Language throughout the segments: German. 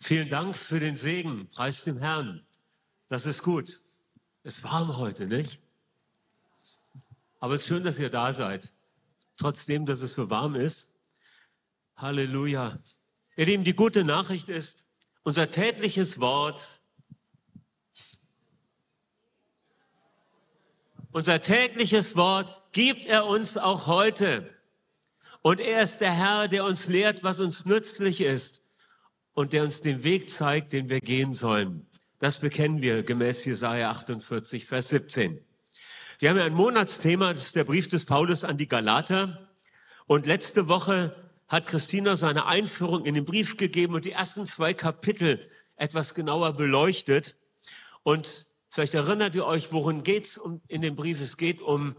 Vielen Dank für den Segen. Preis dem Herrn. Das ist gut. Es ist warm heute, nicht? Aber es ist schön, dass ihr da seid. Trotzdem, dass es so warm ist. Halleluja. Ihr Lieben, die gute Nachricht ist, unser tägliches Wort gibt er uns auch heute. Und er ist der Herr, der uns lehrt, was uns nützlich ist und der uns den Weg zeigt, den wir gehen sollen. Das bekennen wir gemäß Jesaja 48, Vers 17. Wir haben ja ein Monatsthema, das ist der Brief des Paulus an die Galater. Und letzte Woche hat Christina seine Einführung in den Brief gegeben und die ersten 2 Kapitel etwas genauer beleuchtet. Und vielleicht erinnert ihr euch, worum geht's in dem Brief? Es geht um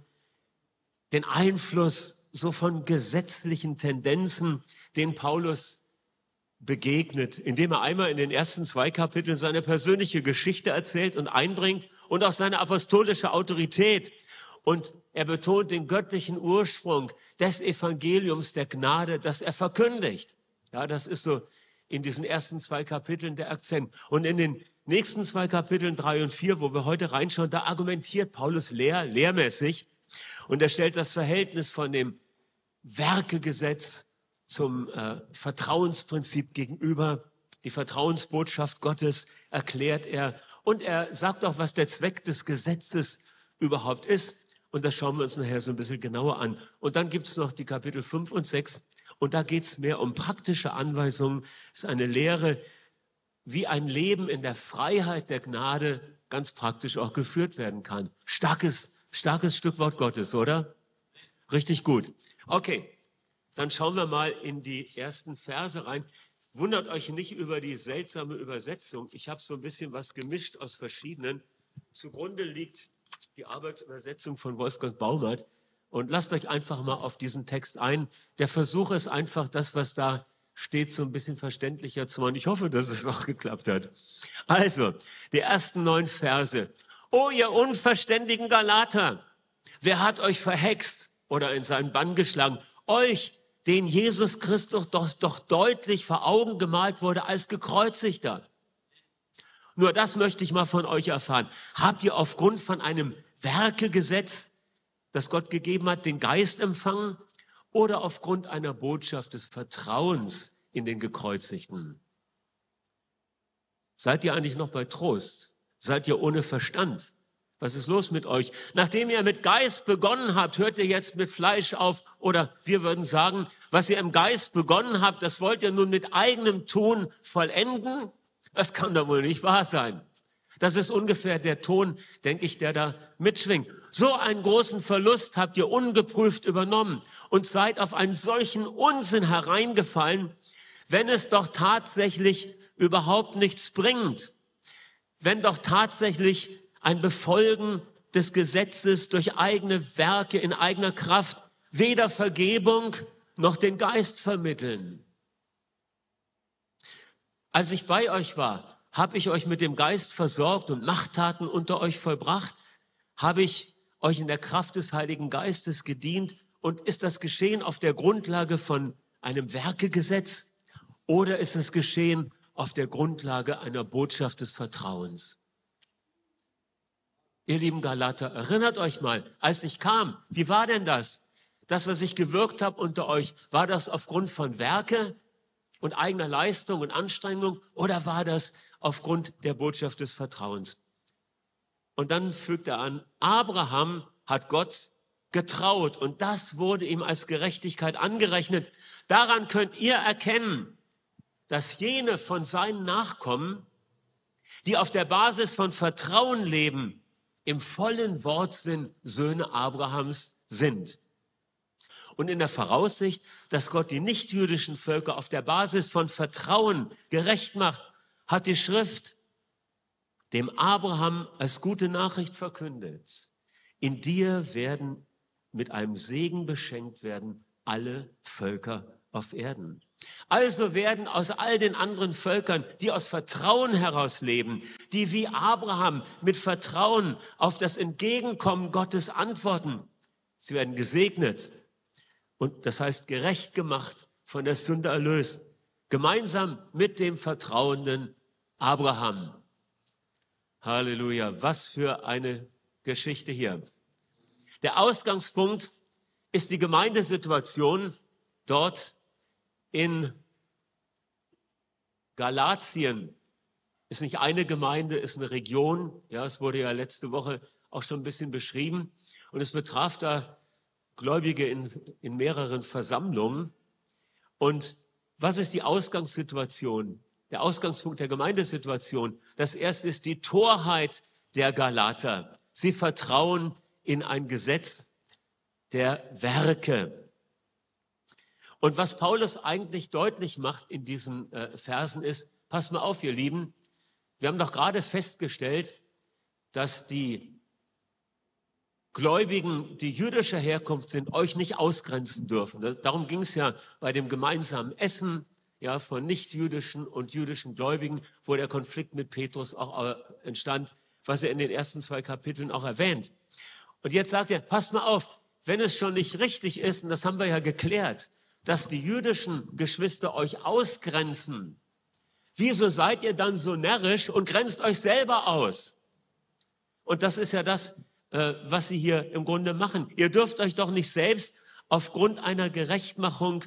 den Einfluss so von gesetzlichen Tendenzen, den Paulus begegnet, indem er einmal in den ersten 2 Kapiteln seine persönliche Geschichte erzählt und einbringt und auch seine apostolische Autorität. Und er betont den göttlichen Ursprung des Evangeliums der Gnade, das er verkündigt. Ja, das ist so in diesen ersten 2 Kapiteln der Akzent. Und in den nächsten 2 Kapiteln 3 und 4, wo wir heute reinschauen, da argumentiert Paulus lehrmäßig und er stellt das Verhältnis von dem Werkegesetz zum Vertrauensprinzip gegenüber. Die Vertrauensbotschaft Gottes erklärt er. Und er sagt auch, was der Zweck des Gesetzes überhaupt ist. Und das schauen wir uns nachher so ein bisschen genauer an. Und dann gibt es noch die Kapitel 5 und 6. Und da geht es mehr um praktische Anweisungen. Es ist eine Lehre, wie ein Leben in der Freiheit der Gnade ganz praktisch auch geführt werden kann. Starkes Stück Wort Gottes, oder? Richtig gut. Okay. Dann schauen wir mal in die ersten Verse rein. Wundert euch nicht über die seltsame Übersetzung. Ich habe so ein bisschen was gemischt aus verschiedenen. Zugrunde liegt die Arbeitsübersetzung von Wolfgang Baumert. Und lasst euch einfach mal auf diesen Text ein. Der Versuch ist einfach, das, was da steht, so ein bisschen verständlicher zu machen. Ich hoffe, dass es auch geklappt hat. Also, die ersten 9 Verse. O ihr unverständigen Galater, wer hat euch verhext oder in seinen Bann geschlagen? Euch, den Jesus Christus doch deutlich vor Augen gemalt wurde als Gekreuzigter. Nur das möchte ich mal von euch erfahren. Habt ihr aufgrund von einem Werkegesetz, das Gott gegeben hat, den Geist empfangen oder aufgrund einer Botschaft des Vertrauens in den Gekreuzigten? Seid ihr eigentlich noch bei Trost? Seid ihr ohne Verstand? Was ist los mit euch? Nachdem ihr mit Geist begonnen habt, hört ihr jetzt mit Fleisch auf? Oder wir würden sagen, was ihr im Geist begonnen habt, das wollt ihr nun mit eigenem Tun vollenden? Das kann doch wohl nicht wahr sein. Das ist ungefähr der Ton, denke ich, der da mitschwingt. So einen großen Verlust habt ihr ungeprüft übernommen und seid auf einen solchen Unsinn hereingefallen, wenn es doch tatsächlich überhaupt nichts bringt. Wenn doch tatsächlich ein Befolgen des Gesetzes durch eigene Werke in eigener Kraft weder Vergebung noch den Geist vermitteln. Als ich bei euch war, habe ich euch mit dem Geist versorgt und Machttaten unter euch vollbracht? Habe ich euch in der Kraft des Heiligen Geistes gedient? Und ist das geschehen auf der Grundlage von einem Werkegesetz? Oder ist es geschehen auf der Grundlage einer Botschaft des Vertrauens? Ihr lieben Galater, erinnert euch mal, als ich kam, wie war denn das? Das, was ich gewirkt habe unter euch, war das aufgrund von Werke und eigener Leistung und Anstrengung oder war das aufgrund der Botschaft des Vertrauens? Und dann fügt er an, Abraham hat Gott getraut und das wurde ihm als Gerechtigkeit angerechnet. Daran könnt ihr erkennen, dass jene von seinen Nachkommen, die auf der Basis von Vertrauen leben, im vollen Wortsinn Söhne Abrahams sind. Und in der Voraussicht, dass Gott die nichtjüdischen Völker auf der Basis von Vertrauen gerecht macht, hat die Schrift dem Abraham als gute Nachricht verkündet. In dir werden mit einem Segen beschenkt werden alle Völker auf Erden. Also werden aus all den anderen Völkern, die aus Vertrauen heraus leben, die wie Abraham mit Vertrauen auf das Entgegenkommen Gottes antworten, sie werden gesegnet und das heißt gerecht gemacht, von der Sünde erlöst. gemeinsam mit dem vertrauenden Abraham. Halleluja, was für eine Geschichte hier. Der Ausgangspunkt ist die Gemeindesituation dort in Galatien. Ist nicht eine Gemeinde, ist eine Region. Ja, es wurde ja letzte Woche auch schon ein bisschen beschrieben. Und es betraf da Gläubige in mehreren Versammlungen. Und was ist die Ausgangssituation? Der Ausgangspunkt der Gemeindesituation. Das erste ist die Torheit der Galater. Sie vertrauen in ein Gesetz der Werke. Und was Paulus eigentlich deutlich macht in diesen Versen ist, passt mal auf, ihr Lieben, wir haben doch gerade festgestellt, dass die Gläubigen, die jüdischer Herkunft sind, euch nicht ausgrenzen dürfen. Darum ging es ja bei dem gemeinsamen Essen, ja, von nichtjüdischen und jüdischen Gläubigen, wo der Konflikt mit Petrus auch entstand, was er in den ersten 2 Kapiteln auch erwähnt. Und jetzt sagt er, passt mal auf, wenn es schon nicht richtig ist, und das haben wir ja geklärt, dass die jüdischen Geschwister euch ausgrenzen, wieso seid ihr dann so närrisch und grenzt euch selber aus? Und das ist ja das, was sie hier im Grunde machen. Ihr dürft euch doch nicht selbst aufgrund einer Gerechtmachung,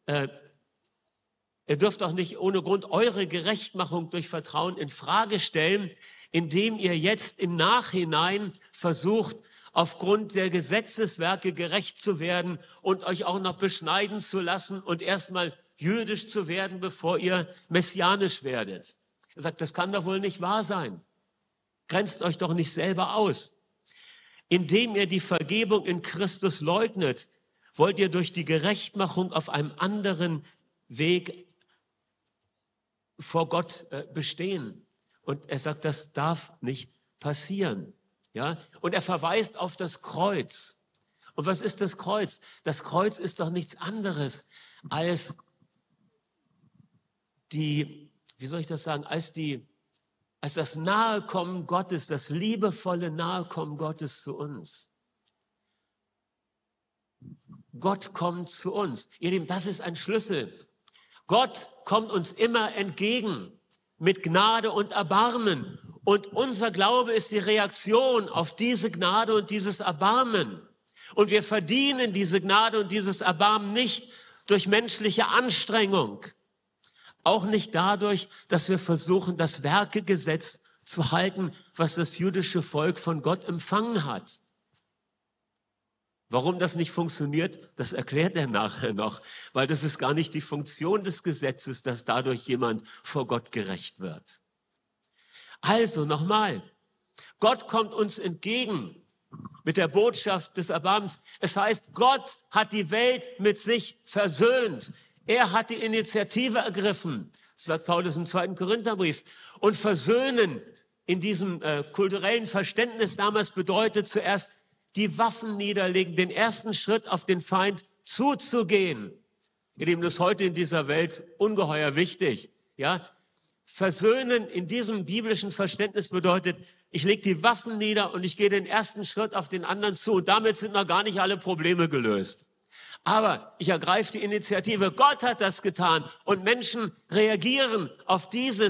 ihr dürft doch nicht ohne Grund eure Gerechtmachung durch Vertrauen in Frage stellen, indem ihr jetzt im Nachhinein versucht, aufgrund der Gesetzeswerke gerecht zu werden und euch auch noch beschneiden zu lassen und erstmal jüdisch zu werden, bevor ihr messianisch werdet. Er sagt, das kann doch wohl nicht wahr sein. Grenzt euch doch nicht selber aus. Indem ihr die Vergebung in Christus leugnet, wollt ihr durch die Gerechtmachung auf einem anderen Weg vor Gott bestehen. Und er sagt, das darf nicht passieren. Ja? Und er verweist auf das Kreuz. Und was ist das Kreuz? Das Kreuz ist doch nichts anderes als als das Nahekommen Gottes, das liebevolle Nahekommen Gottes zu uns. Gott kommt zu uns. Ihr Lieben, das ist ein Schlüssel. Gott kommt uns immer entgegen mit Gnade und Erbarmen. Und unser Glaube ist die Reaktion auf diese Gnade und dieses Erbarmen. Und wir verdienen diese Gnade und dieses Erbarmen nicht durch menschliche Anstrengung. Auch nicht dadurch, dass wir versuchen, das Werkegesetz zu halten, was das jüdische Volk von Gott empfangen hat. Warum das nicht funktioniert, das erklärt er nachher noch, weil das ist gar nicht die Funktion des Gesetzes, dass dadurch jemand vor Gott gerecht wird. Also nochmal, Gott kommt uns entgegen mit der Botschaft des Erbarmens. Es heißt, Gott hat die Welt mit sich versöhnt. Er hat die Initiative ergriffen, sagt Paulus im 2. Korintherbrief. Und versöhnen in diesem kulturellen Verständnis damals bedeutet zuerst die Waffen niederlegen, den ersten Schritt auf den Feind zuzugehen. Ihr Lieben, das ist heute in dieser Welt ungeheuer wichtig. Ja? Versöhnen in diesem biblischen Verständnis bedeutet, ich lege die Waffen nieder und ich gehe den ersten Schritt auf den anderen zu. Und damit sind noch gar nicht alle Probleme gelöst. Aber ich ergreife die Initiative. Gott hat das getan. Und Menschen reagieren auf diese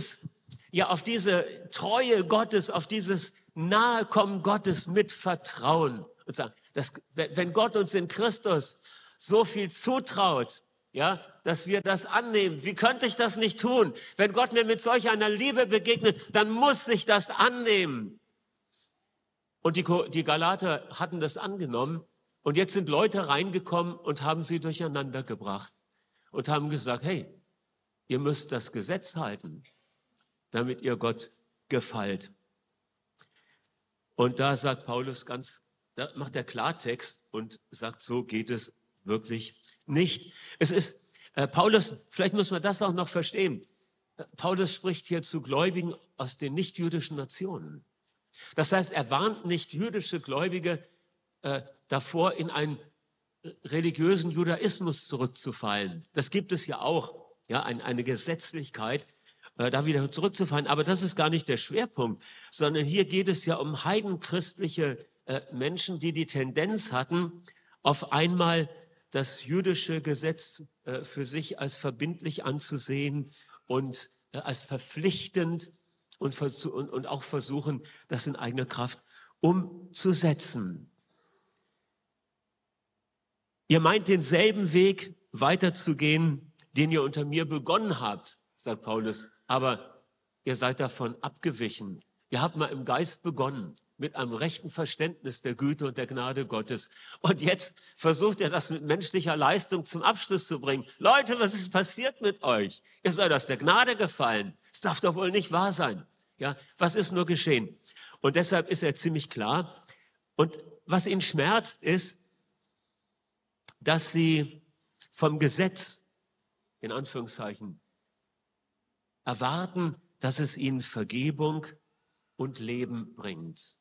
Treue Gottes, auf dieses Nahekommen Gottes mit Vertrauen. Und sagen, wenn Gott uns in Christus so viel zutraut, ja, dass wir das annehmen. Wie könnte ich das nicht tun? Wenn Gott mir mit solch einer Liebe begegnet, dann muss ich das annehmen. Und die Galater hatten das angenommen. Und jetzt sind Leute reingekommen und haben sie durcheinander gebracht und haben gesagt, hey, ihr müsst das Gesetz halten, damit ihr Gott gefällt. Und da sagt Paulus da macht er Klartext und sagt, so geht es wirklich nicht. Es ist, Paulus, vielleicht muss man das auch noch verstehen, Paulus spricht hier zu Gläubigen aus den nichtjüdischen Nationen. Das heißt, er warnt nicht jüdische Gläubige davor, in einen religiösen Judaismus zurückzufallen. Das gibt es ja auch, ja, eine Gesetzlichkeit, da wieder zurückzufallen. Aber das ist gar nicht der Schwerpunkt, sondern hier geht es ja um heidenchristliche Menschen, die die Tendenz hatten, auf einmal das jüdische Gesetz für sich als verbindlich anzusehen und als verpflichtend und auch versuchen, das in eigener Kraft umzusetzen. Ihr meint denselben Weg weiterzugehen, den ihr unter mir begonnen habt, sagt Paulus, aber ihr seid davon abgewichen. Ihr habt mal im Geist begonnen, mit einem rechten Verständnis der Güte und der Gnade Gottes. Und jetzt versucht ihr das mit menschlicher Leistung zum Abschluss zu bringen. Leute, was ist passiert mit euch? Ihr seid aus der Gnade gefallen. Das darf doch wohl nicht wahr sein. Ja, was ist nur geschehen? Und deshalb ist er ziemlich klar. Und was ihn schmerzt, ist, dass sie vom Gesetz, in Anführungszeichen, erwarten, dass es ihnen Vergebung und Leben bringt.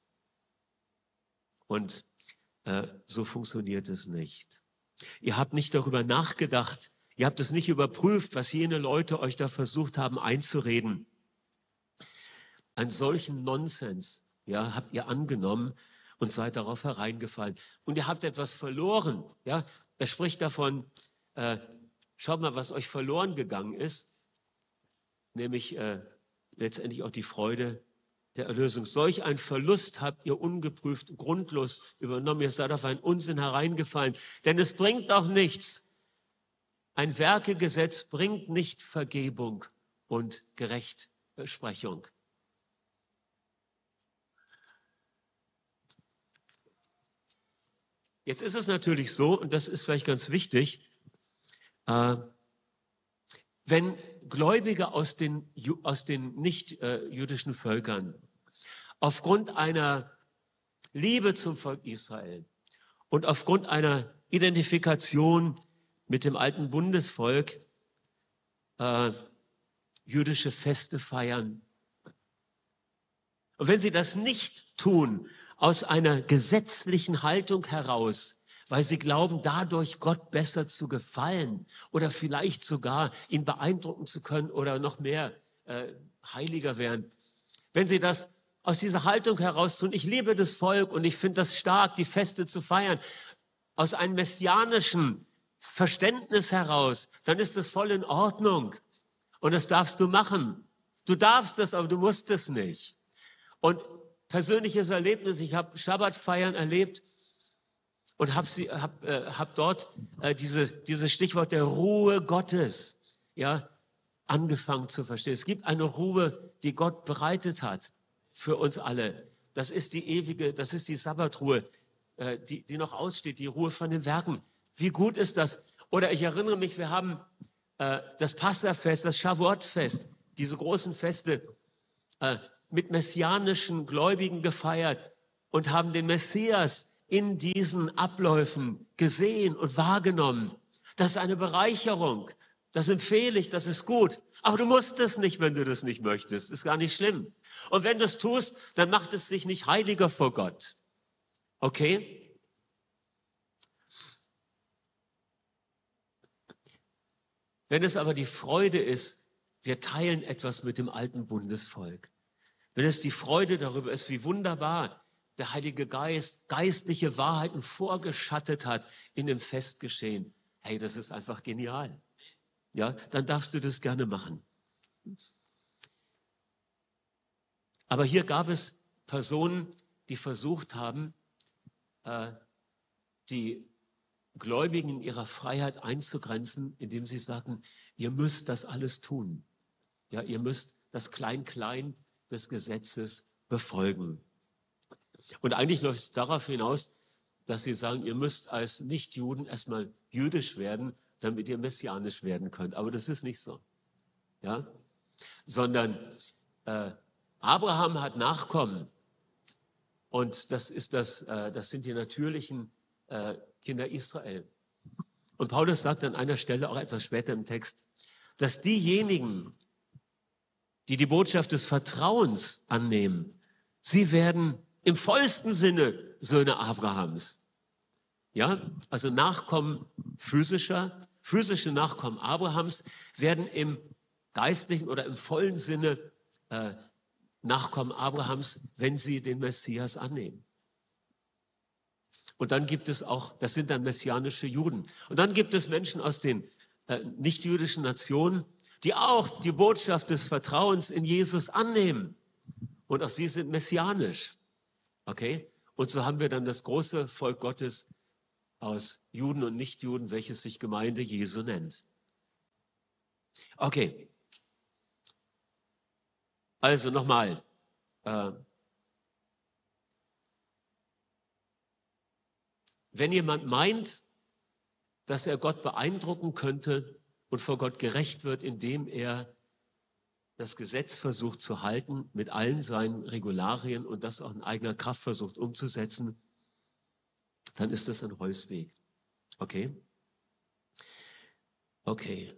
Und so funktioniert es nicht. Ihr habt nicht darüber nachgedacht, ihr habt es nicht überprüft, was jene Leute euch da versucht haben einzureden. Einen solchen Nonsens, ja, habt ihr angenommen und seid darauf hereingefallen. Und ihr habt etwas verloren. Ja? Er spricht davon, schaut mal, was euch verloren gegangen ist, nämlich letztendlich auch die Freude der Erlösung. Solch einen Verlust habt ihr ungeprüft, grundlos übernommen. Ihr seid auf einen Unsinn hereingefallen. Denn es bringt doch nichts. Ein Werkegesetz bringt nicht Vergebung und Gerechtsprechung. Jetzt ist es natürlich so, und das ist vielleicht ganz wichtig, wenn Gläubige aus den nicht-jüdischen Völkern aufgrund einer Liebe zum Volk Israel und aufgrund einer Identifikation mit dem alten Bundesvolk jüdische Feste feiern. Und wenn sie das nicht tun, aus einer gesetzlichen Haltung heraus, weil sie glauben, dadurch Gott besser zu gefallen oder vielleicht sogar ihn beeindrucken zu können oder noch mehr heiliger werden. Wenn sie das aus dieser Haltung heraus tun, ich liebe das Volk und ich finde das stark, die Feste zu feiern, aus einem messianischen Verständnis heraus, dann ist das voll in Ordnung. Und das darfst du machen. Du darfst es, aber du musst es nicht. Und persönliches Erlebnis, ich habe Schabbatfeiern erlebt und hab dort dieses Stichwort der Ruhe Gottes angefangen zu verstehen. Es gibt eine Ruhe, die Gott bereitet hat für uns alle. Das ist die Sabbatruhe, die noch aussteht, die Ruhe von den Werken. Wie gut ist das? Oder ich erinnere mich, wir haben das Passafest, das Shavuot-Fest, diese großen Feste mit messianischen Gläubigen gefeiert und haben den Messias in diesen Abläufen gesehen und wahrgenommen. Das ist eine Bereicherung. Das empfehle ich, das ist gut. Aber du musst es nicht, wenn du das nicht möchtest. Ist gar nicht schlimm. Und wenn du es tust, dann macht es dich nicht heiliger vor Gott. Okay? Wenn es aber die Freude ist, wir teilen etwas mit dem alten Bundesvolk. Wenn es die Freude darüber ist, wie wunderbar der Heilige Geist geistliche Wahrheiten vorgeschattet hat in dem Festgeschehen. Hey, das ist einfach genial. Ja, dann darfst du das gerne machen. Aber hier gab es Personen, die versucht haben, die Gläubigen in ihrer Freiheit einzugrenzen, indem sie sagten, ihr müsst das alles tun. Ja, ihr müsst das Klein-Klein des Gesetzes befolgen. Und eigentlich läuft es darauf hinaus, dass sie sagen, ihr müsst als Nichtjuden erstmal jüdisch werden, damit ihr messianisch werden könnt. Aber das ist nicht so. Ja? Sondern Abraham hat Nachkommen. Und das sind die natürlichen Kinder Israel. Und Paulus sagt an einer Stelle, auch etwas später im Text, dass diejenigen, die die Botschaft des Vertrauens annehmen, sie werden im vollsten Sinne Söhne Abrahams. Ja, also Nachkommen physische Nachkommen Abrahams werden im geistlichen oder im vollen Sinne Nachkommen Abrahams, wenn sie den Messias annehmen. Und dann gibt es auch, das sind dann messianische Juden. Und dann gibt es Menschen aus den nicht-jüdischen Nationen, die auch die Botschaft des Vertrauens in Jesus annehmen. Und auch sie sind messianisch. Okay? Und so haben wir dann das große Volk Gottes aus Juden und Nichtjuden, welches sich Gemeinde Jesu nennt. Okay. Also nochmal. Wenn jemand meint, dass er Gott beeindrucken könnte und vor Gott gerecht wird, indem er das Gesetz versucht zu halten mit allen seinen Regularien und das auch in eigener Kraft versucht umzusetzen, dann ist das ein Holzweg. Okay? Okay.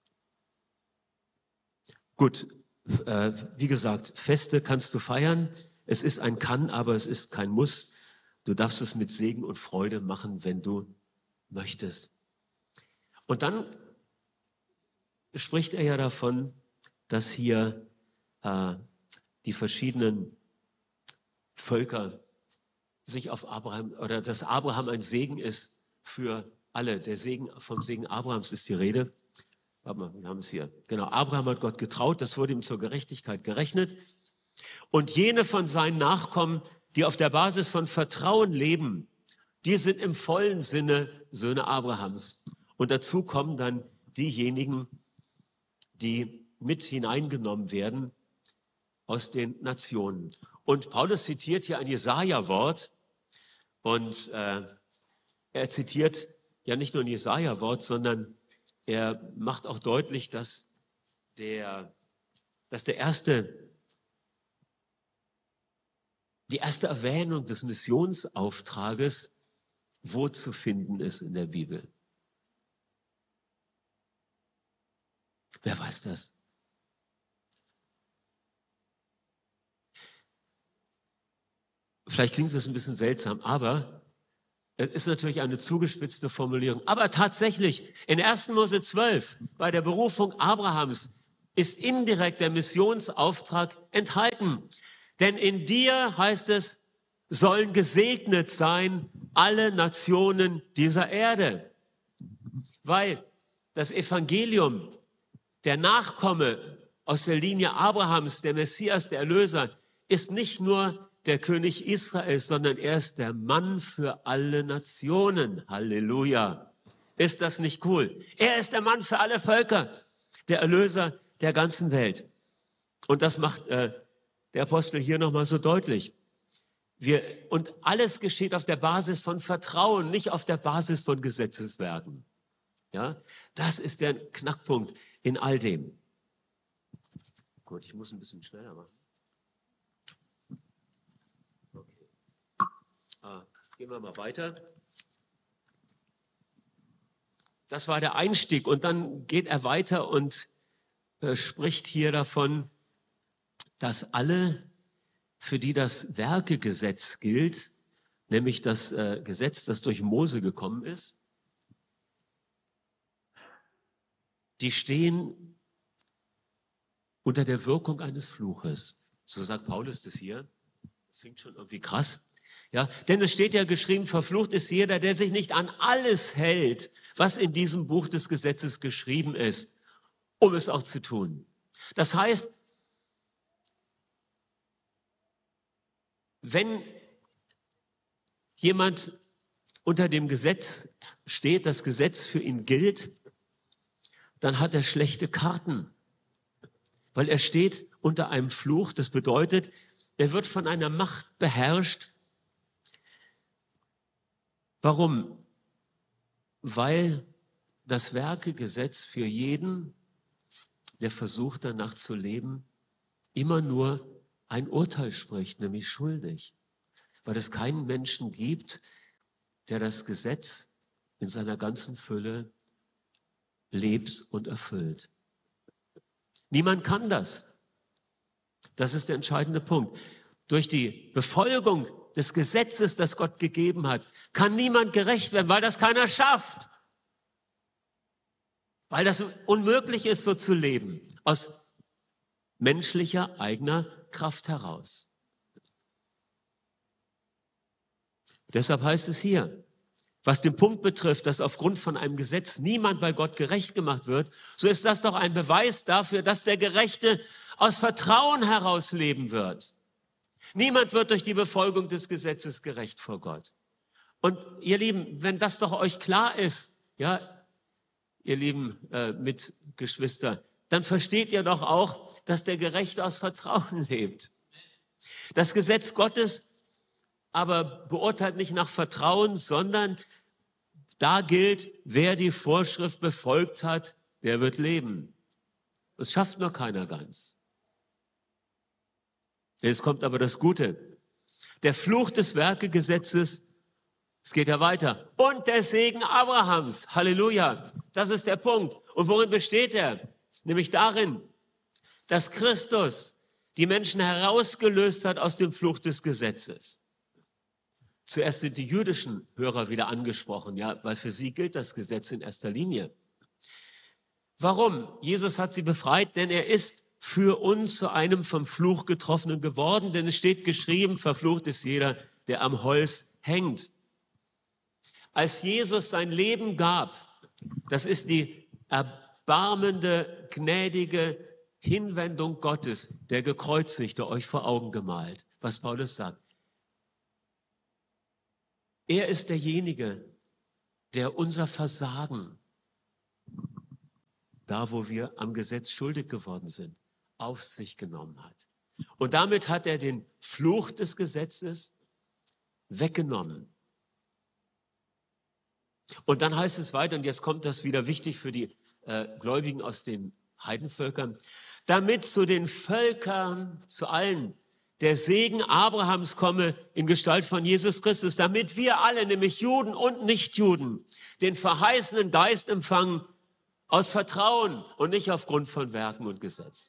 Gut. Wie gesagt, Feste kannst du feiern. Es ist ein Kann, aber es ist kein Muss. Du darfst es mit Segen und Freude machen, wenn du möchtest. Und dann spricht er ja davon, dass hier die verschiedenen Völker sich auf Abraham, oder dass Abraham ein Segen ist für alle. Der Segen, vom Segen Abrahams ist die Rede. Warte mal, wir haben es hier. Genau, Abraham hat Gott getraut, das wurde ihm zur Gerechtigkeit gerechnet. Und jene von seinen Nachkommen, die auf der Basis von Vertrauen leben, die sind im vollen Sinne Söhne Abrahams. Und dazu kommen dann diejenigen, die mit hineingenommen werden aus den Nationen. Und Paulus zitiert hier ein Jesaja-Wort. Und er zitiert ja nicht nur ein Jesaja-Wort, sondern er macht auch deutlich, dass die erste Erwähnung des Missionsauftrages wo zu finden ist in der Bibel. Wer weiß das? Vielleicht klingt es ein bisschen seltsam, aber es ist natürlich eine zugespitzte Formulierung. Aber tatsächlich, in 1. Mose 12, bei der Berufung Abrahams, ist indirekt der Missionsauftrag enthalten. Denn in dir, heißt es, sollen gesegnet sein alle Nationen dieser Erde. Weil das Evangelium, der Nachkomme aus der Linie Abrahams, der Messias, der Erlöser, ist nicht nur der König Israels, sondern er ist der Mann für alle Nationen. Halleluja. Ist das nicht cool? Er ist der Mann für alle Völker, der Erlöser der ganzen Welt. Und das macht der Apostel hier nochmal so deutlich. Und alles geschieht auf der Basis von Vertrauen, nicht auf der Basis von Gesetzeswerken. Ja, das ist der Knackpunkt in all dem. Gut, ich muss ein bisschen schneller machen. Okay. Gehen wir mal weiter. Das war der Einstieg und dann geht er weiter und spricht hier davon, dass alle, für die das Werkegesetz gilt, nämlich das Gesetz, das durch Mose gekommen ist, die stehen unter der Wirkung eines Fluches. So sagt Paulus das hier. Das klingt schon irgendwie krass. Ja, denn es steht ja geschrieben, verflucht ist jeder, der sich nicht an alles hält, was in diesem Buch des Gesetzes geschrieben ist, um es auch zu tun. Das heißt, wenn jemand unter dem Gesetz steht, das Gesetz für ihn gilt, dann hat er schlechte Karten, weil er steht unter einem Fluch. Das bedeutet, er wird von einer Macht beherrscht. Warum? Weil das Werkegesetz für jeden, der versucht, danach zu leben, immer nur ein Urteil spricht, nämlich schuldig. Weil es keinen Menschen gibt, der das Gesetz in seiner ganzen Fülle lebt und erfüllt. Niemand kann das. Das ist der entscheidende Punkt. Durch die Befolgung des Gesetzes, das Gott gegeben hat, kann niemand gerecht werden, weil das keiner schafft. Weil das unmöglich ist, so zu leben, aus menschlicher eigener Kraft heraus. Deshalb heißt es hier, was den Punkt betrifft, dass aufgrund von einem Gesetz niemand bei Gott gerecht gemacht wird, so ist das doch ein Beweis dafür, dass der Gerechte aus Vertrauen heraus leben wird. Niemand wird durch die Befolgung des Gesetzes gerecht vor Gott. Und ihr Lieben, wenn das doch euch klar ist, ja, ihr lieben Mitgeschwister, dann versteht ihr doch auch, dass der Gerechte aus Vertrauen lebt. Das Gesetz Gottes aber beurteilt nicht nach Vertrauen, sondern da gilt, wer die Vorschrift befolgt hat, der wird leben. Das schafft nur keiner ganz. Jetzt kommt aber das Gute. Der Fluch des Werkegesetzes, es geht ja weiter, und der Segen Abrahams, Halleluja, das ist der Punkt. Und worin besteht er? Nämlich darin, dass Christus die Menschen herausgelöst hat aus dem Fluch des Gesetzes. Zuerst sind die jüdischen Hörer wieder angesprochen, ja, weil für sie gilt das Gesetz in erster Linie. Warum? Jesus hat sie befreit, denn er ist für uns zu einem vom Fluch Getroffenen geworden, denn es steht geschrieben, verflucht ist jeder, der am Holz hängt. Als Jesus sein Leben gab, das ist die erbarmende, gnädige Hinwendung Gottes, der Gekreuzigte, euch vor Augen gemalt, was Paulus sagt. Er ist derjenige, der unser Versagen, da wo wir am Gesetz schuldig geworden sind, auf sich genommen hat. Und damit hat er den Fluch des Gesetzes weggenommen. Und dann heißt es weiter, und jetzt kommt das wieder wichtig für die Gläubigen aus den Heidenvölkern, damit zu den Völkern, zu allen, der Segen Abrahams komme in Gestalt von Jesus Christus, damit wir alle, nämlich Juden und Nichtjuden, den verheißenen Geist empfangen aus Vertrauen und nicht aufgrund von Werken und Gesetz.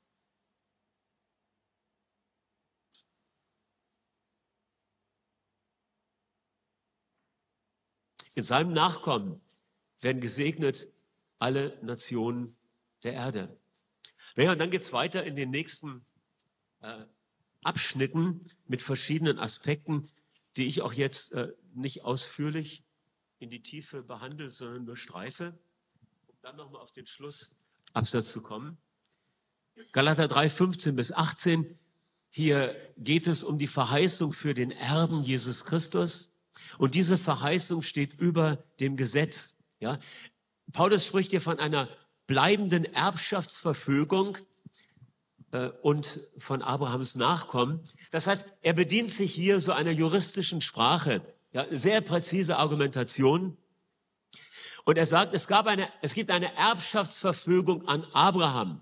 In seinem Nachkommen werden gesegnet alle Nationen der Erde. Naja, und dann geht es weiter in den nächsten Abschnitten mit verschiedenen Aspekten, die ich auch jetzt nicht ausführlich in die Tiefe behandle, sondern nur streife, um dann nochmal auf den Schlussabsatz zu kommen. Galater 3, 15 bis 18, hier geht es um die Verheißung für den Erben Jesus Christus. Und diese Verheißung steht über dem Gesetz. Ja? Paulus spricht hier von einer bleibenden Erbschaftsverfügung und von Abrahams Nachkommen. Das heißt, er bedient sich hier so einer juristischen Sprache, ja, sehr präzise Argumentation. Und er sagt, es gibt eine Erbschaftsverfügung an Abraham.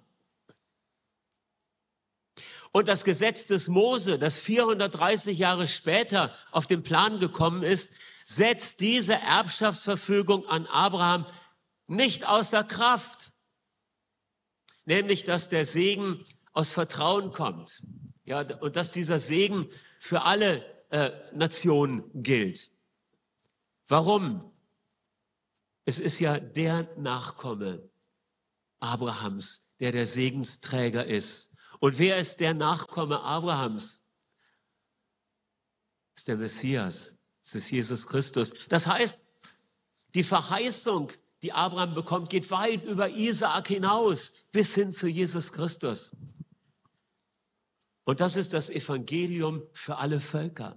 Und das Gesetz des Mose, das 430 Jahre später auf den Plan gekommen ist, setzt diese Erbschaftsverfügung an Abraham nicht außer Kraft. Nämlich, dass der Segen aus Vertrauen kommt. Ja, und dass dieser Segen für alle Nationen gilt. Warum? Es ist ja der Nachkomme Abrahams, der Segensträger ist. Und wer ist der Nachkomme Abrahams? Das ist der Messias, das ist Jesus Christus. Das heißt, die Verheißung, die Abraham bekommt, geht weit über Isaak hinaus, bis hin zu Jesus Christus. Und das ist das Evangelium für alle Völker.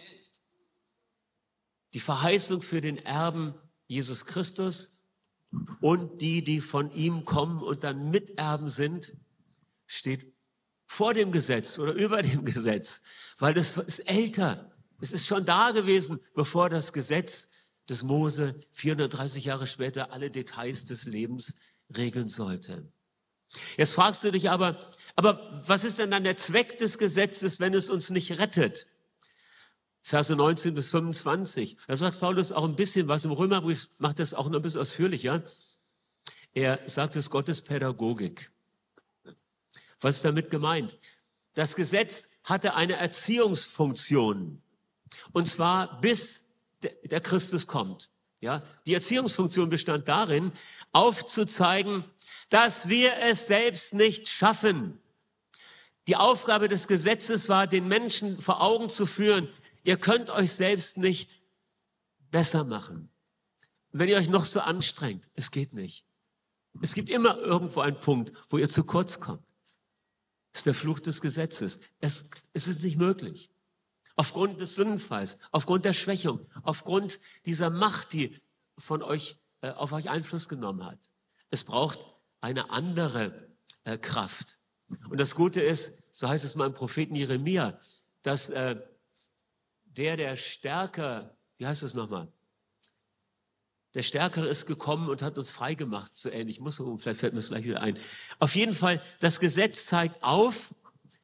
Die Verheißung für den Erben Jesus Christus und die von ihm kommen und dann Miterben sind, steht vor dem Gesetz oder über dem Gesetz, weil das ist älter. Es ist schon da gewesen, bevor das Gesetz des Mose 430 Jahre später alle Details des Lebens regeln sollte. Jetzt fragst du dich aber was ist denn dann der Zweck des Gesetzes, wenn es uns nicht rettet? Verse 19 bis 25. Da sagt Paulus auch ein bisschen was. Im Römerbrief macht das auch noch ein bisschen ausführlicher. Er sagt es Gottes Pädagogik. Was ist damit gemeint? Das Gesetz hatte eine Erziehungsfunktion. Und zwar bis der Christus kommt. Ja? Die Erziehungsfunktion bestand darin, aufzuzeigen, dass wir es selbst nicht schaffen. Die Aufgabe des Gesetzes war, den Menschen vor Augen zu führen, Ihr könnt euch selbst nicht besser machen. Wenn ihr euch noch so anstrengt, es geht nicht. Es gibt immer irgendwo einen Punkt, wo ihr zu kurz kommt. Das ist der Fluch des Gesetzes. Es ist nicht möglich. Aufgrund des Sündenfalls, aufgrund der Schwächung, aufgrund dieser Macht, die von euch auf euch Einfluss genommen hat. Es braucht eine andere Kraft. Und das Gute ist, so heißt es mal im Propheten Jeremia, dass der stärker, wie heißt es nochmal? Der Stärkere ist gekommen und hat uns frei gemacht, so ähnlich. Vielleicht fällt mir das gleich wieder ein. Auf jeden Fall, das Gesetz zeigt auf,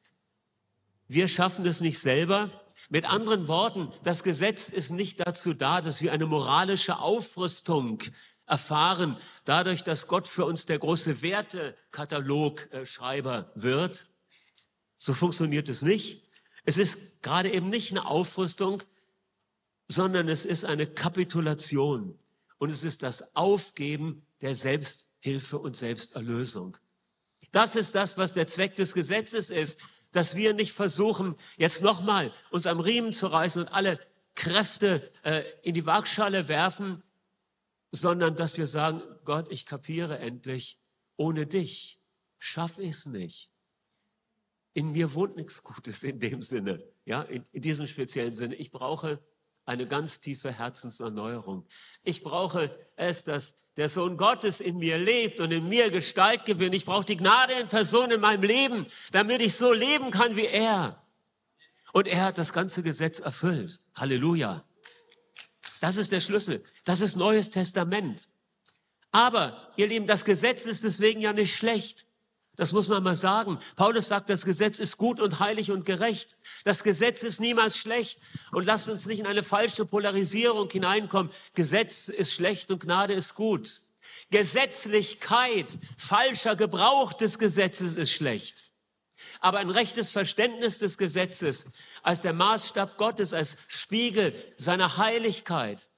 wir schaffen es nicht selber. Mit anderen Worten, das Gesetz ist nicht dazu da, dass wir eine moralische Aufrüstung erfahren, dadurch, dass Gott für uns der große Wertekatalogschreiber wird. So funktioniert es nicht. Es ist gerade eben nicht eine Aufrüstung, sondern es ist eine Kapitulation. Und es ist das Aufgeben der Selbsthilfe und Selbsterlösung. Das ist das, was der Zweck des Gesetzes ist, dass wir nicht versuchen, jetzt nochmal uns am Riemen zu reißen und alle Kräfte in die Waagschale werfen, sondern dass wir sagen, Gott, ich kapiere endlich, ohne dich schaffe ich es nicht. In mir wohnt nichts Gutes in dem Sinne, ja, in diesem speziellen Sinne. Ich brauche eine ganz tiefe Herzenserneuerung. Ich brauche es, dass der Sohn Gottes in mir lebt und in mir Gestalt gewinnt. Ich brauche die Gnade in Person in meinem Leben, damit ich so leben kann wie er. Und er hat das ganze Gesetz erfüllt. Halleluja. Das ist der Schlüssel. Das ist Neues Testament. Aber, ihr Lieben, das Gesetz ist deswegen ja nicht schlecht. Das muss man mal sagen. Paulus sagt, das Gesetz ist gut und heilig und gerecht. Das Gesetz ist niemals schlecht. Und lasst uns nicht in eine falsche Polarisierung hineinkommen. Gesetz ist schlecht und Gnade ist gut. Gesetzlichkeit, falscher Gebrauch des Gesetzes ist schlecht. Aber ein rechtes Verständnis des Gesetzes als der Maßstab Gottes, als Spiegel seiner Heiligkeit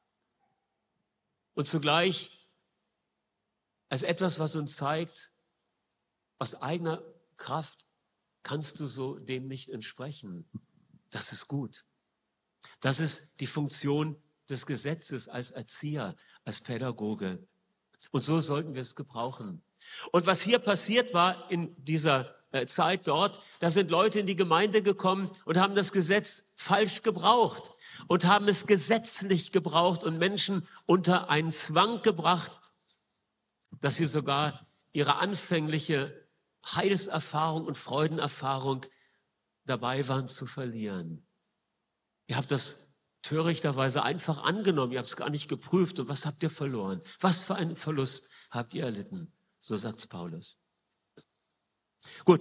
und zugleich als etwas, was uns zeigt, aus eigener Kraft kannst du so dem nicht entsprechen. Das ist gut. Das ist die Funktion des Gesetzes als Erzieher, als Pädagoge. Und so sollten wir es gebrauchen. Und was hier passiert war in dieser Zeit dort, da sind Leute in die Gemeinde gekommen und haben das Gesetz falsch gebraucht und haben es gesetzlich gebraucht und Menschen unter einen Zwang gebracht, dass sie sogar ihre anfängliche Heilserfahrung und Freudenerfahrung dabei waren zu verlieren. Ihr habt das törichterweise einfach angenommen, ihr habt es gar nicht geprüft. Und was habt ihr verloren? Was für einen Verlust habt ihr erlitten? So sagt Paulus. Gut,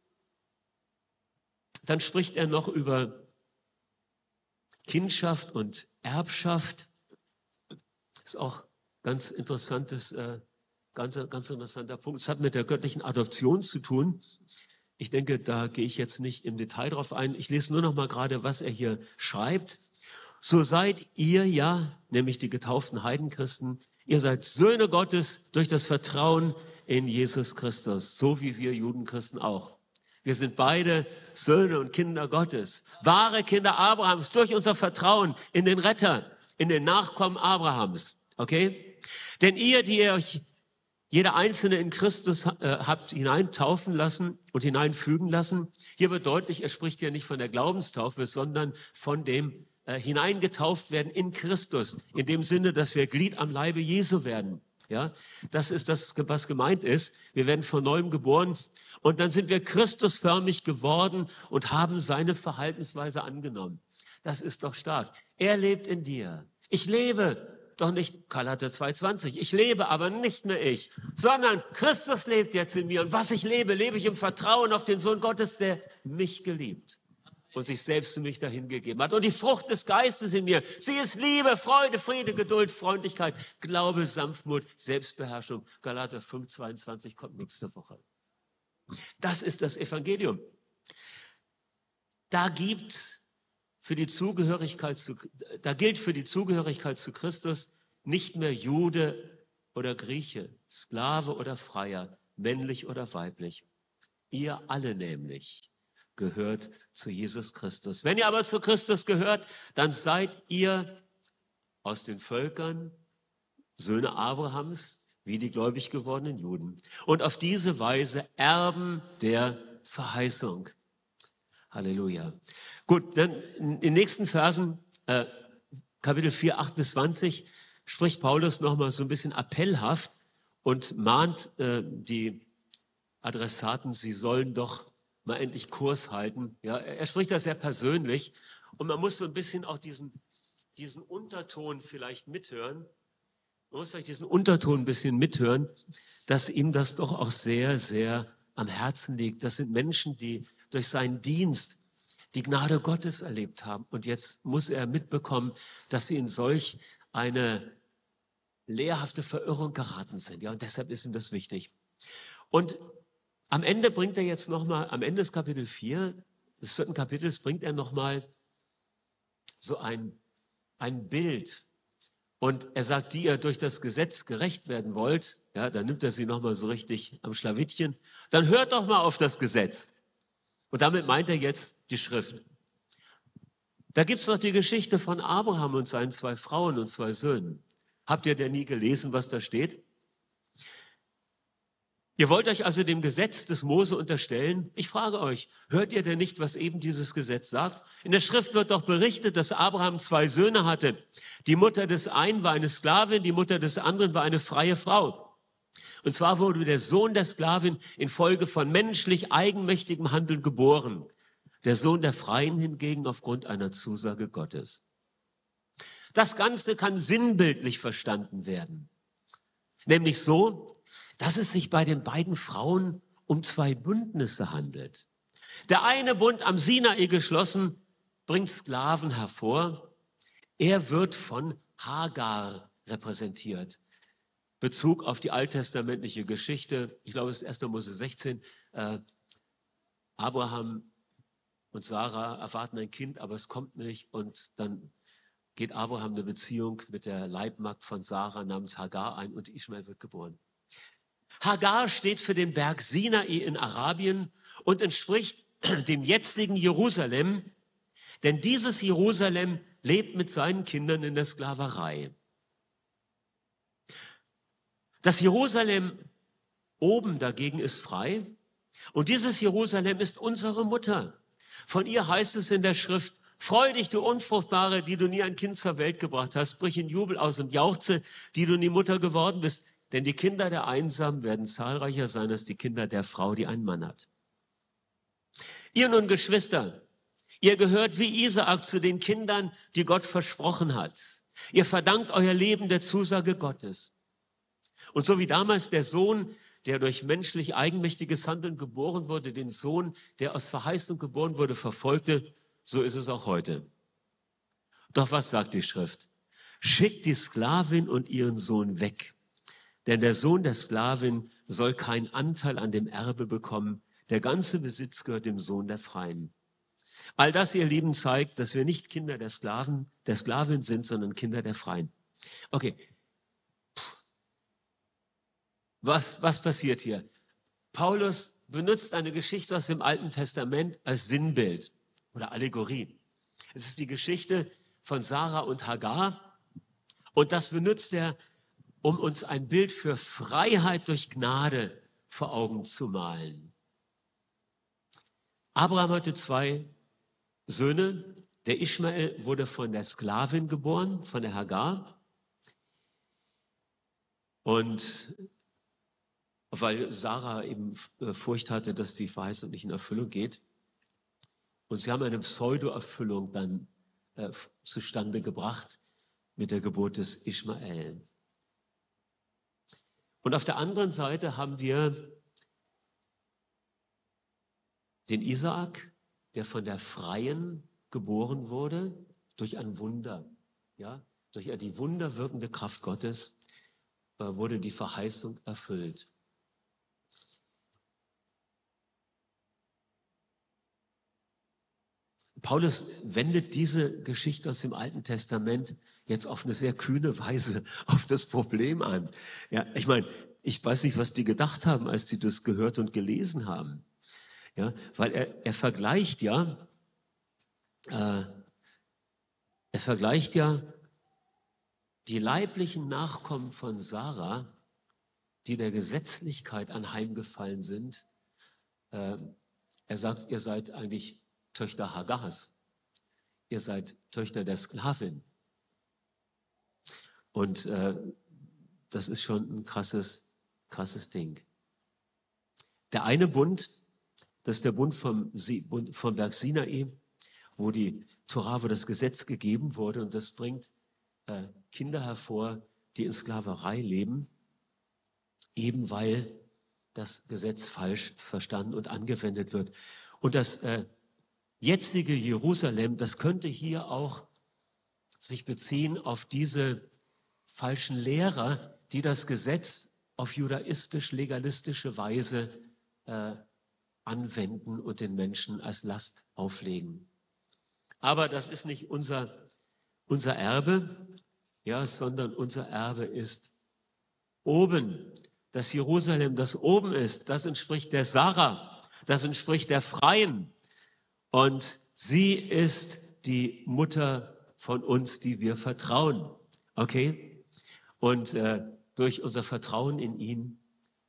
dann spricht er noch über Kindschaft und Erbschaft. Das ist auch ganz interessantes Ganz interessanter Punkt. Es hat mit der göttlichen Adoption zu tun. Ich denke, da gehe ich jetzt nicht im Detail drauf ein. Ich lese nur noch mal gerade, was er hier schreibt. So seid ihr ja, nämlich die getauften Heidenchristen, ihr seid Söhne Gottes durch das Vertrauen in Jesus Christus, so wie wir Judenchristen auch. Wir sind beide Söhne und Kinder Gottes, wahre Kinder Abrahams durch unser Vertrauen in den Retter, in den Nachkommen Abrahams. Okay? Denn ihr, die ihr euch jeder Einzelne in Christus habt hineintaufen lassen und hineinfügen lassen. Hier wird deutlich, er spricht ja nicht von der Glaubenstaufe, sondern von dem hineingetauft werden in Christus. In dem Sinne, dass wir Glied am Leibe Jesu werden. Ja, das ist das, was gemeint ist. Wir werden von Neuem geboren und dann sind wir Christusförmig geworden und haben seine Verhaltensweise angenommen. Das ist doch stark. Er lebt in dir. Ich lebe. Doch nicht, Galater 2,20, ich lebe, aber nicht mehr ich, sondern Christus lebt jetzt in mir. Und was ich lebe, lebe ich im Vertrauen auf den Sohn Gottes, der mich geliebt und sich selbst für mich dahingegeben hat. Und die Frucht des Geistes in mir, sie ist Liebe, Freude, Friede, Geduld, Freundlichkeit, Glaube, Sanftmut, Selbstbeherrschung. Galater 5,22 kommt nächste Woche. Das ist das Evangelium. Da gilt für die Zugehörigkeit zu Christus nicht mehr Jude oder Grieche, Sklave oder Freier, männlich oder weiblich. Ihr alle nämlich gehört zu Jesus Christus. Wenn ihr aber zu Christus gehört, dann seid ihr aus den Völkern Söhne Abrahams, wie die gläubig gewordenen Juden. Und auf diese Weise Erben der Verheißung. Halleluja. Gut, dann in den nächsten Versen, Kapitel 4, 8 bis 20, spricht Paulus nochmal so ein bisschen appellhaft und mahnt die Adressaten, sie sollen doch mal endlich Kurs halten. Ja, er spricht das sehr persönlich und man muss so ein bisschen auch diesen Unterton vielleicht mithören. Man muss euch diesen Unterton ein bisschen mithören, dass ihm das doch auch sehr, sehr am Herzen liegt. Das sind Menschen, die durch seinen Dienst die Gnade Gottes erlebt haben. Und jetzt muss er mitbekommen, dass sie in solch eine lehrhafte Verirrung geraten sind. Ja, und deshalb ist ihm das wichtig. Und am Ende bringt er jetzt nochmal, am Ende des Kapitel 4, des 4. Kapitels, bringt er nochmal so ein Bild. Und er sagt, die ihr durch das Gesetz gerecht werden wollt, ja, dann nimmt er sie nochmal so richtig am Schlawittchen, dann hört doch mal auf das Gesetz. Und damit meint er jetzt die Schrift. Da gibt es noch die Geschichte von Abraham und seinen 2 Frauen und 2 Söhnen. Habt ihr denn nie gelesen, was da steht? Ihr wollt euch also dem Gesetz des Mose unterstellen? Ich frage euch, hört ihr denn nicht, was eben dieses Gesetz sagt? In der Schrift wird doch berichtet, dass Abraham 2 Söhne hatte. Die Mutter des einen war eine Sklavin, die Mutter des anderen war eine freie Frau. Und zwar wurde der Sohn der Sklavin infolge von menschlich eigenmächtigem Handeln geboren. Der Sohn der Freien hingegen aufgrund einer Zusage Gottes. Das Ganze kann sinnbildlich verstanden werden. Nämlich so, dass es sich bei den beiden Frauen um 2 Bündnisse handelt. Der eine Bund am Sinai geschlossen, bringt Sklaven hervor. Er wird von Hagar repräsentiert. Bezug auf die alttestamentliche Geschichte, ich glaube es ist 1. Mose 16, Abraham und Sarah erwarten ein Kind, aber es kommt nicht und dann geht Abraham eine Beziehung mit der Leibmagd von Sarah namens Hagar ein und Ismael wird geboren. Hagar steht für den Berg Sinai in Arabien und entspricht dem jetzigen Jerusalem, denn dieses Jerusalem lebt mit seinen Kindern in der Sklaverei. Das Jerusalem oben dagegen ist frei und dieses Jerusalem ist unsere Mutter. Von ihr heißt es in der Schrift, freu dich, du Unfruchtbare, die du nie ein Kind zur Welt gebracht hast, brich in Jubel aus und jauchze, die du nie Mutter geworden bist. Denn die Kinder der Einsamen werden zahlreicher sein als die Kinder der Frau, die einen Mann hat. Ihr nun Geschwister, ihr gehört wie Isaak zu den Kindern, die Gott versprochen hat. Ihr verdankt euer Leben der Zusage Gottes. Und so wie damals der Sohn, der durch menschlich eigenmächtiges Handeln geboren wurde, den Sohn, der aus Verheißung geboren wurde, verfolgte, so ist es auch heute. Doch was sagt die Schrift? Schickt die Sklavin und ihren Sohn weg. Denn der Sohn der Sklavin soll keinen Anteil an dem Erbe bekommen. Der ganze Besitz gehört dem Sohn der Freien. All das, ihr Lieben, zeigt, dass wir nicht Kinder der Sklavin sind, sondern Kinder der Freien. Okay. Was passiert hier? Paulus benutzt eine Geschichte aus dem Alten Testament als Sinnbild oder Allegorie. Es ist die Geschichte von Sarah und Hagar und das benutzt er, um uns ein Bild für Freiheit durch Gnade vor Augen zu malen. Abraham hatte 2 Söhne. Der Ismael wurde von der Sklavin geboren, von der Hagar. Und weil Sarah eben Furcht hatte, dass die Verheißung nicht in Erfüllung geht. Und sie haben eine Pseudo-Erfüllung dann zustande gebracht mit der Geburt des Ismael. Und auf der anderen Seite haben wir den Isaak, der von der Freien geboren wurde, durch ein Wunder. Ja? Durch die wunderwirkende Kraft Gottes wurde die Verheißung erfüllt. Paulus wendet diese Geschichte aus dem Alten Testament jetzt auf eine sehr kühne Weise auf das Problem an. Ja, ich meine, ich weiß nicht, was die gedacht haben, als sie das gehört und gelesen haben. Ja, weil er vergleicht ja, die leiblichen Nachkommen von Sarah, die der Gesetzlichkeit anheimgefallen sind. Er sagt, ihr seid eigentlich Töchter Hagars. Ihr seid Töchter der Sklavin. Und das ist schon ein krasses Ding. Der eine Bund, das ist der Bund vom Berg Sinai, wo die Tora, wo das Gesetz gegeben wurde. Und das bringt Kinder hervor, die in Sklaverei leben, eben weil das Gesetz falsch verstanden und angewendet wird. Und das jetzige Jerusalem, das könnte hier auch sich beziehen auf diese falschen Lehrer, die das Gesetz auf judaistisch-legalistische Weise anwenden und den Menschen als Last auflegen. Aber das ist nicht unser Erbe, ja, sondern unser Erbe ist oben. Das Jerusalem, das oben ist, das entspricht der Sarah, das entspricht der Freien. Und sie ist die Mutter von uns, die wir vertrauen. Okay? Und durch unser Vertrauen in ihn,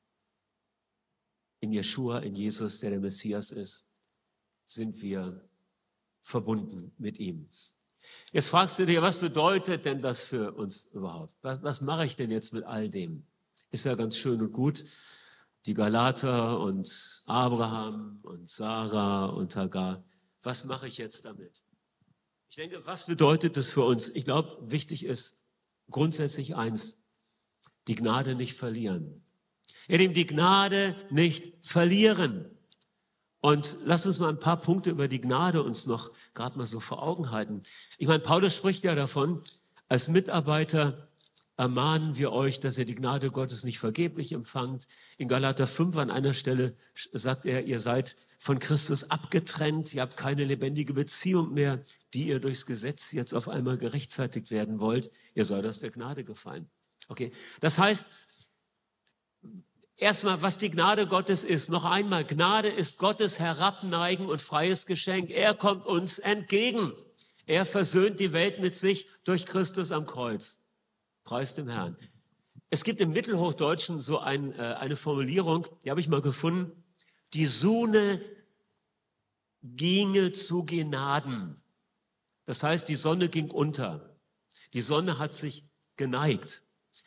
in Jeschua, in Jesus, der Messias ist, sind wir verbunden mit ihm. Jetzt fragst du dir, was bedeutet denn das für uns überhaupt? Was mache ich denn jetzt mit all dem? Ist ja ganz schön und gut, die Galater und Abraham und Sarah und Hagar. Was mache ich jetzt damit? Ich denke, was bedeutet das für uns? Ich glaube, wichtig ist grundsätzlich eins, die Gnade nicht verlieren. Ihr Lieben, die Gnade nicht verlieren. Und lasst uns mal ein paar Punkte über die Gnade uns noch gerade mal so vor Augen halten. Ich meine, Paulus spricht ja davon, als Mitarbeiter ermahnen wir euch, dass ihr die Gnade Gottes nicht vergeblich empfangt. In Galater 5 an einer Stelle sagt er, ihr seid von Christus abgetrennt, ihr habt keine lebendige Beziehung mehr, die ihr durchs Gesetz jetzt auf einmal gerechtfertigt werden wollt. Ihr seid aus der Gnade gefallen. Okay, das heißt, erstmal, was die Gnade Gottes ist. Noch einmal, Gnade ist Gottes Herabneigen und freies Geschenk. Er kommt uns entgegen. Er versöhnt die Welt mit sich durch Christus am Kreuz. Preis dem Herrn. Es gibt im Mittelhochdeutschen so eine Formulierung, die habe ich mal gefunden. Die Sonne ginge zu Gnaden. Das heißt, die Sonne ging unter. Die Sonne hat sich geneigt.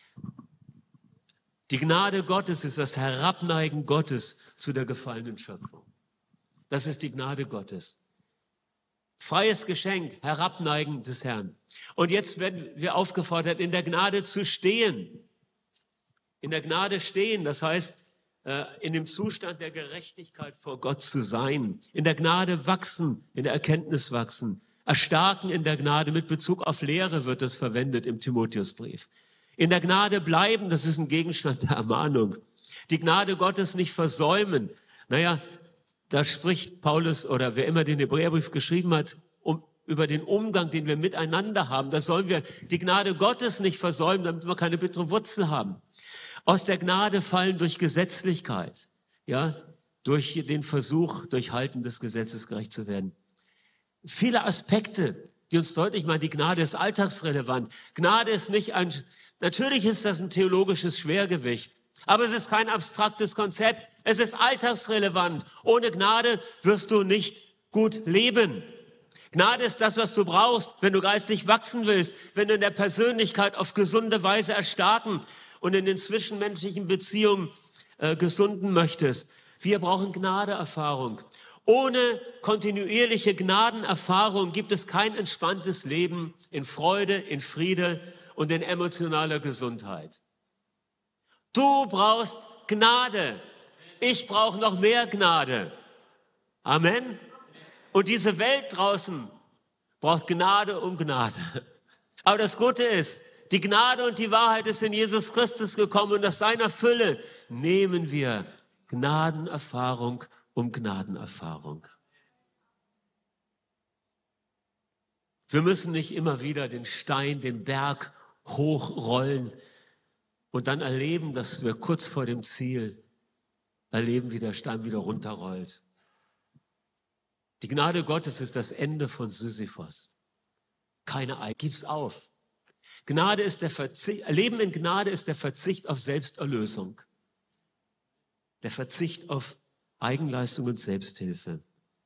Die Gnade Gottes ist das Herabneigen Gottes zu der gefallenen Schöpfung. Das ist die Gnade Gottes. Freies Geschenk, Herabneigen des Herrn. Und jetzt werden wir aufgefordert, in der Gnade zu stehen. In der Gnade stehen, das heißt, in dem Zustand der Gerechtigkeit vor Gott zu sein. In der Gnade wachsen, in der Erkenntnis wachsen. Erstarken in der Gnade, mit Bezug auf Lehre wird das verwendet im Timotheusbrief. In der Gnade bleiben, das ist ein Gegenstand der Ermahnung. Die Gnade Gottes nicht versäumen. Naja, da spricht Paulus oder wer immer den Hebräerbrief geschrieben hat, über den Umgang, den wir miteinander haben. Da sollen wir die Gnade Gottes nicht versäumen, damit wir keine bittere Wurzel haben. Aus der Gnade fallen durch Gesetzlichkeit, ja, durch den Versuch, durch Halten des Gesetzes gerecht zu werden. Viele Aspekte, die uns deutlich machen, die Gnade ist alltagsrelevant. Gnade ist nicht natürlich ist das ein theologisches Schwergewicht, aber es ist kein abstraktes Konzept. Es ist alltagsrelevant. Ohne Gnade wirst du nicht gut leben. Gnade ist das, was du brauchst, wenn du geistlich wachsen willst, wenn du in der Persönlichkeit auf gesunde Weise erstarken und in den zwischenmenschlichen Beziehungen gesunden möchtest. Wir brauchen Gnadeerfahrung. Ohne kontinuierliche Gnadenerfahrung gibt es kein entspanntes Leben in Freude, in Friede und in emotionaler Gesundheit. Du brauchst Gnade. Ich brauche noch mehr Gnade. Amen. Und diese Welt draußen braucht Gnade um Gnade. Aber das Gute ist, die Gnade und die Wahrheit ist in Jesus Christus gekommen und aus seiner Fülle nehmen wir Gnadenerfahrung um Gnadenerfahrung. Wir müssen nicht immer wieder den Stein, den Berg hochrollen und dann erleben, dass wir kurz vor dem Ziel erleben, wie der Stein wieder runterrollt. Die Gnade Gottes ist das Ende von Sisyphos. Keine Ei, gib's auf. Gnade ist der Verzicht, Leben in Gnade ist der Verzicht auf Selbsterlösung. Der Verzicht auf Eigenleistung und Selbsthilfe.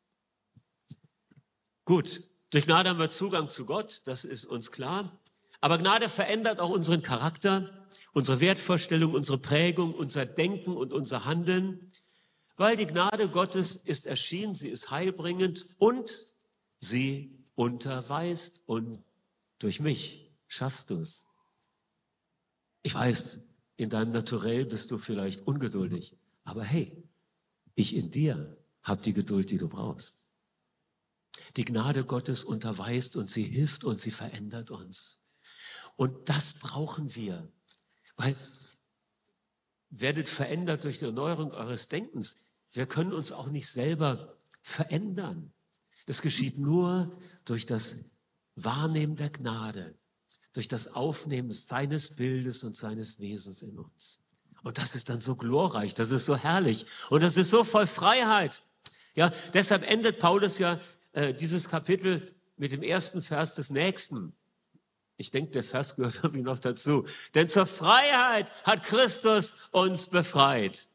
Gut, durch Gnade haben wir Zugang zu Gott, das ist uns klar. Aber Gnade verändert auch unseren Charakter, unsere Wertvorstellung, unsere Prägung, unser Denken und unser Handeln. Weil die Gnade Gottes ist erschienen, sie ist heilbringend und sie unterweist. Und durch mich schaffst du es. Ich weiß, in deinem Naturell bist du vielleicht ungeduldig. Aber hey, ich in dir habe die Geduld, die du brauchst. Die Gnade Gottes unterweist und sie hilft uns, sie verändert uns. Und das brauchen wir, weil werdet verändert durch die Erneuerung eures Denkens. Wir können uns auch nicht selber verändern. Das geschieht nur durch das Wahrnehmen der Gnade, durch das Aufnehmen seines Bildes und seines Wesens in uns. Und das ist dann so glorreich, das ist so herrlich und das ist so voll Freiheit. Ja, deshalb endet Paulus ja dieses Kapitel mit dem ersten Vers des nächsten. Ich denke, der Vers gehört irgendwie noch dazu. Denn zur Freiheit hat Christus uns befreit.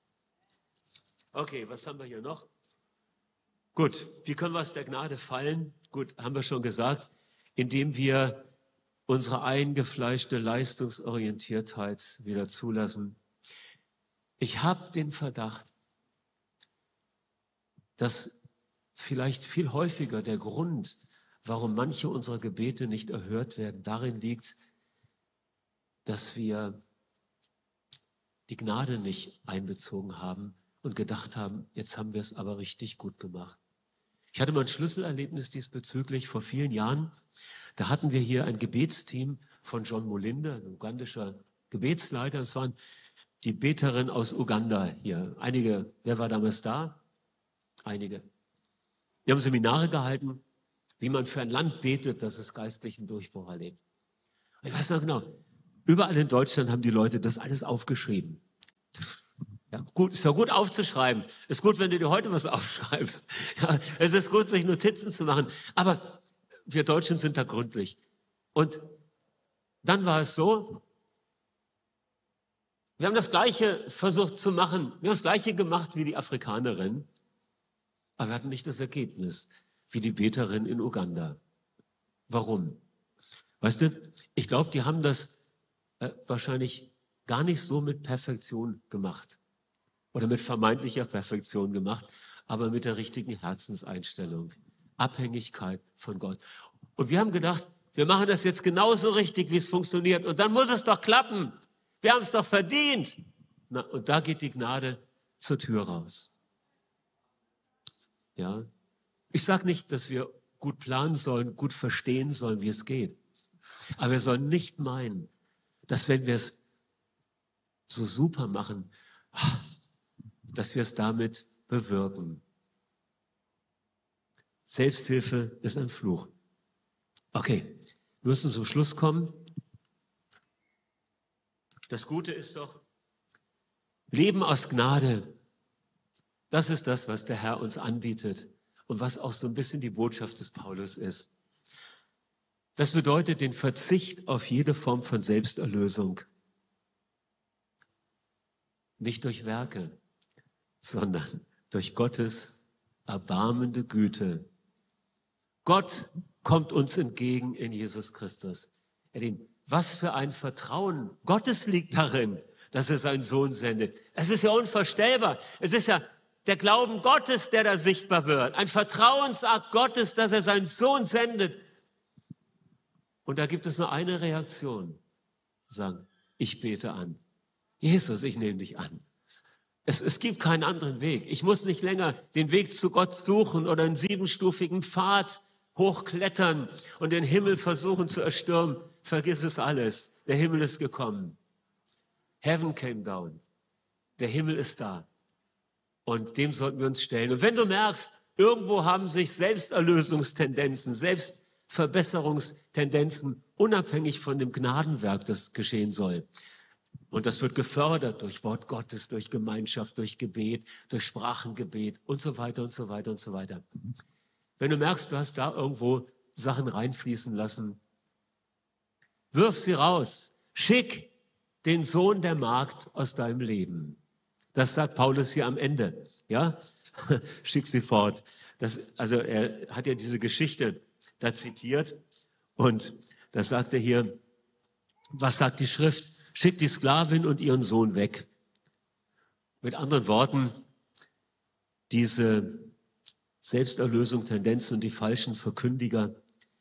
Okay, was haben wir hier noch? Gut, wie können wir aus der Gnade fallen? Gut, haben wir schon gesagt, indem wir unsere eingefleischte Leistungsorientiertheit wieder zulassen. Ich habe den Verdacht, dass vielleicht viel häufiger der Grund, warum manche unserer Gebete nicht erhört werden, darin liegt, dass wir die Gnade nicht einbezogen haben und gedacht haben, jetzt haben wir es aber richtig gut gemacht. Ich hatte mal ein Schlüsselerlebnis diesbezüglich vor vielen Jahren. Da hatten wir hier ein Gebetsteam von John Molinde, ein ugandischer Gebetsleiter. Es waren die Beterinnen aus Uganda hier. Einige, wer war damals da? Einige. Wir haben Seminare gehalten, wie man für ein Land betet, das es geistlichen Durchbruch erlebt. Ich weiß noch genau, überall in Deutschland haben die Leute das alles aufgeschrieben. Ja, gut, ist ja gut aufzuschreiben. Ist gut, wenn du dir heute was aufschreibst. Ja, es ist gut, sich Notizen zu machen. Aber wir Deutschen sind da gründlich. Und dann war es so, wir haben das Gleiche versucht zu machen. Wir haben das Gleiche gemacht wie die Afrikanerin. Aber wir hatten nicht das Ergebnis wie die Beterin in Uganda. Warum? Weißt du, ich glaube, die haben das wahrscheinlich gar nicht so mit Perfektion gemacht oder mit vermeintlicher Perfektion gemacht, aber mit der richtigen Herzenseinstellung. Abhängigkeit von Gott. Und wir haben gedacht, wir machen das jetzt genauso richtig, wie es funktioniert. Und dann muss es doch klappen. Wir haben es doch verdient. Na, und da geht die Gnade zur Tür raus. Ja. Ich sage nicht, dass wir gut planen sollen, gut verstehen sollen, wie es geht. Aber wir sollen nicht meinen, dass wenn wir es so super machen, dass wir es damit bewirken. Selbsthilfe ist ein Fluch. Okay, wir müssen zum Schluss kommen. Das Gute ist doch, Leben aus Gnade, das ist das, was der Herr uns anbietet und was auch so ein bisschen die Botschaft des Paulus ist. Das bedeutet den Verzicht auf jede Form von Selbsterlösung. Nicht durch Werke, sondern durch Gottes erbarmende Güte. Gott kommt uns entgegen in Jesus Christus. Was für ein Vertrauen Gottes liegt darin, dass er seinen Sohn sendet. Es ist ja unvorstellbar. Es ist ja der Glauben Gottes, der da sichtbar wird. Ein Vertrauensakt Gottes, dass er seinen Sohn sendet. Und da gibt es nur eine Reaktion. Sagen, ich bete an. Jesus, ich nehme dich an. Es gibt keinen anderen Weg. Ich muss nicht länger den Weg zu Gott suchen oder einen 7-stufigen Pfad hochklettern und den Himmel versuchen zu erstürmen. Vergiss es alles. Der Himmel ist gekommen. Heaven came down. Der Himmel ist da. Und dem sollten wir uns stellen. Und wenn du merkst, irgendwo haben sich Selbsterlösungstendenzen, Selbstverbesserungstendenzen, unabhängig von dem Gnadenwerk, das geschehen soll, Und das wird gefördert durch Wort Gottes, durch Gemeinschaft, durch Gebet, durch Sprachengebet und so weiter und so weiter und so weiter. Wenn du merkst, du hast da irgendwo Sachen reinfließen lassen, wirf sie raus. Schick den Sohn der Magd aus deinem Leben. Das sagt Paulus hier am Ende. Ja? Schick sie fort. Also er hat ja diese Geschichte da zitiert und das sagt er hier, was sagt die Schrift? Schickt die Sklavin und ihren Sohn weg. Mit anderen Worten, diese Selbsterlösung, Tendenzen und die falschen Verkündiger,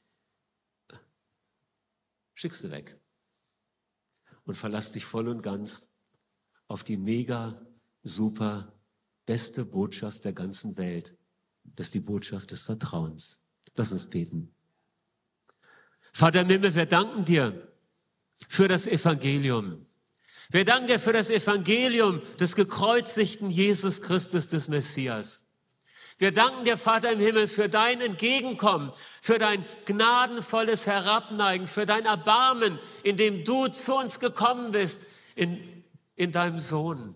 schick sie weg und verlass dich voll und ganz auf die mega, super, beste Botschaft der ganzen Welt. Das ist die Botschaft des Vertrauens. Lass uns beten. Vater im Himmel, wir danken dir für das Evangelium. Wir danken dir für das Evangelium des gekreuzigten Jesus Christus, des Messias. Wir danken dir, Vater im Himmel, für dein Entgegenkommen, für dein gnadenvolles Herabneigen, für dein Erbarmen, in dem du zu uns gekommen bist, in deinem Sohn.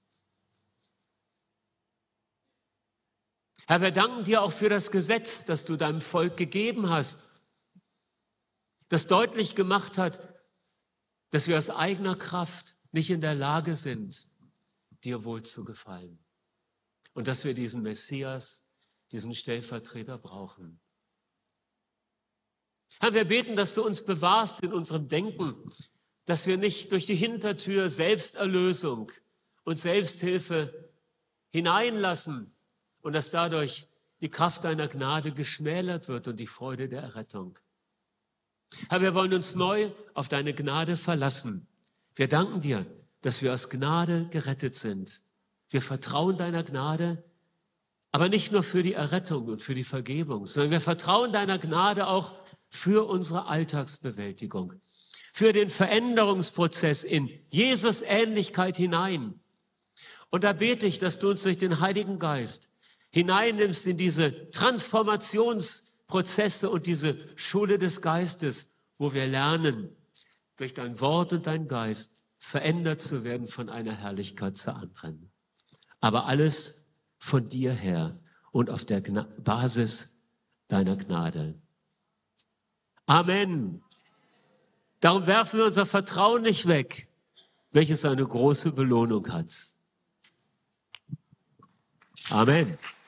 Herr, wir danken dir auch für das Gesetz, das du deinem Volk gegeben hast, das deutlich gemacht hat, dass wir aus eigener Kraft nicht in der Lage sind, dir wohl zu gefallen. Und dass wir diesen Messias, diesen Stellvertreter brauchen. Herr, wir beten, dass du uns bewahrst in unserem Denken, dass wir nicht durch die Hintertür Selbsterlösung und Selbsthilfe hineinlassen und dass dadurch die Kraft deiner Gnade geschmälert wird und die Freude der Errettung. Herr, wir wollen uns neu auf deine Gnade verlassen. Wir danken dir, dass wir aus Gnade gerettet sind. Wir vertrauen deiner Gnade, aber nicht nur für die Errettung und für die Vergebung, sondern wir vertrauen deiner Gnade auch für unsere Alltagsbewältigung, für den Veränderungsprozess in Jesus Ähnlichkeit hinein. Und da bete ich, dass du uns durch den Heiligen Geist hineinnimmst in diese Transformationsprozesse und diese Schule des Geistes, wo wir lernen, durch dein Wort und dein Geist verändert zu werden von einer Herrlichkeit zur anderen. Aber alles von dir her und auf der Basis deiner Gnade. Amen. Darum werfen wir unser Vertrauen nicht weg, welches eine große Belohnung hat. Amen.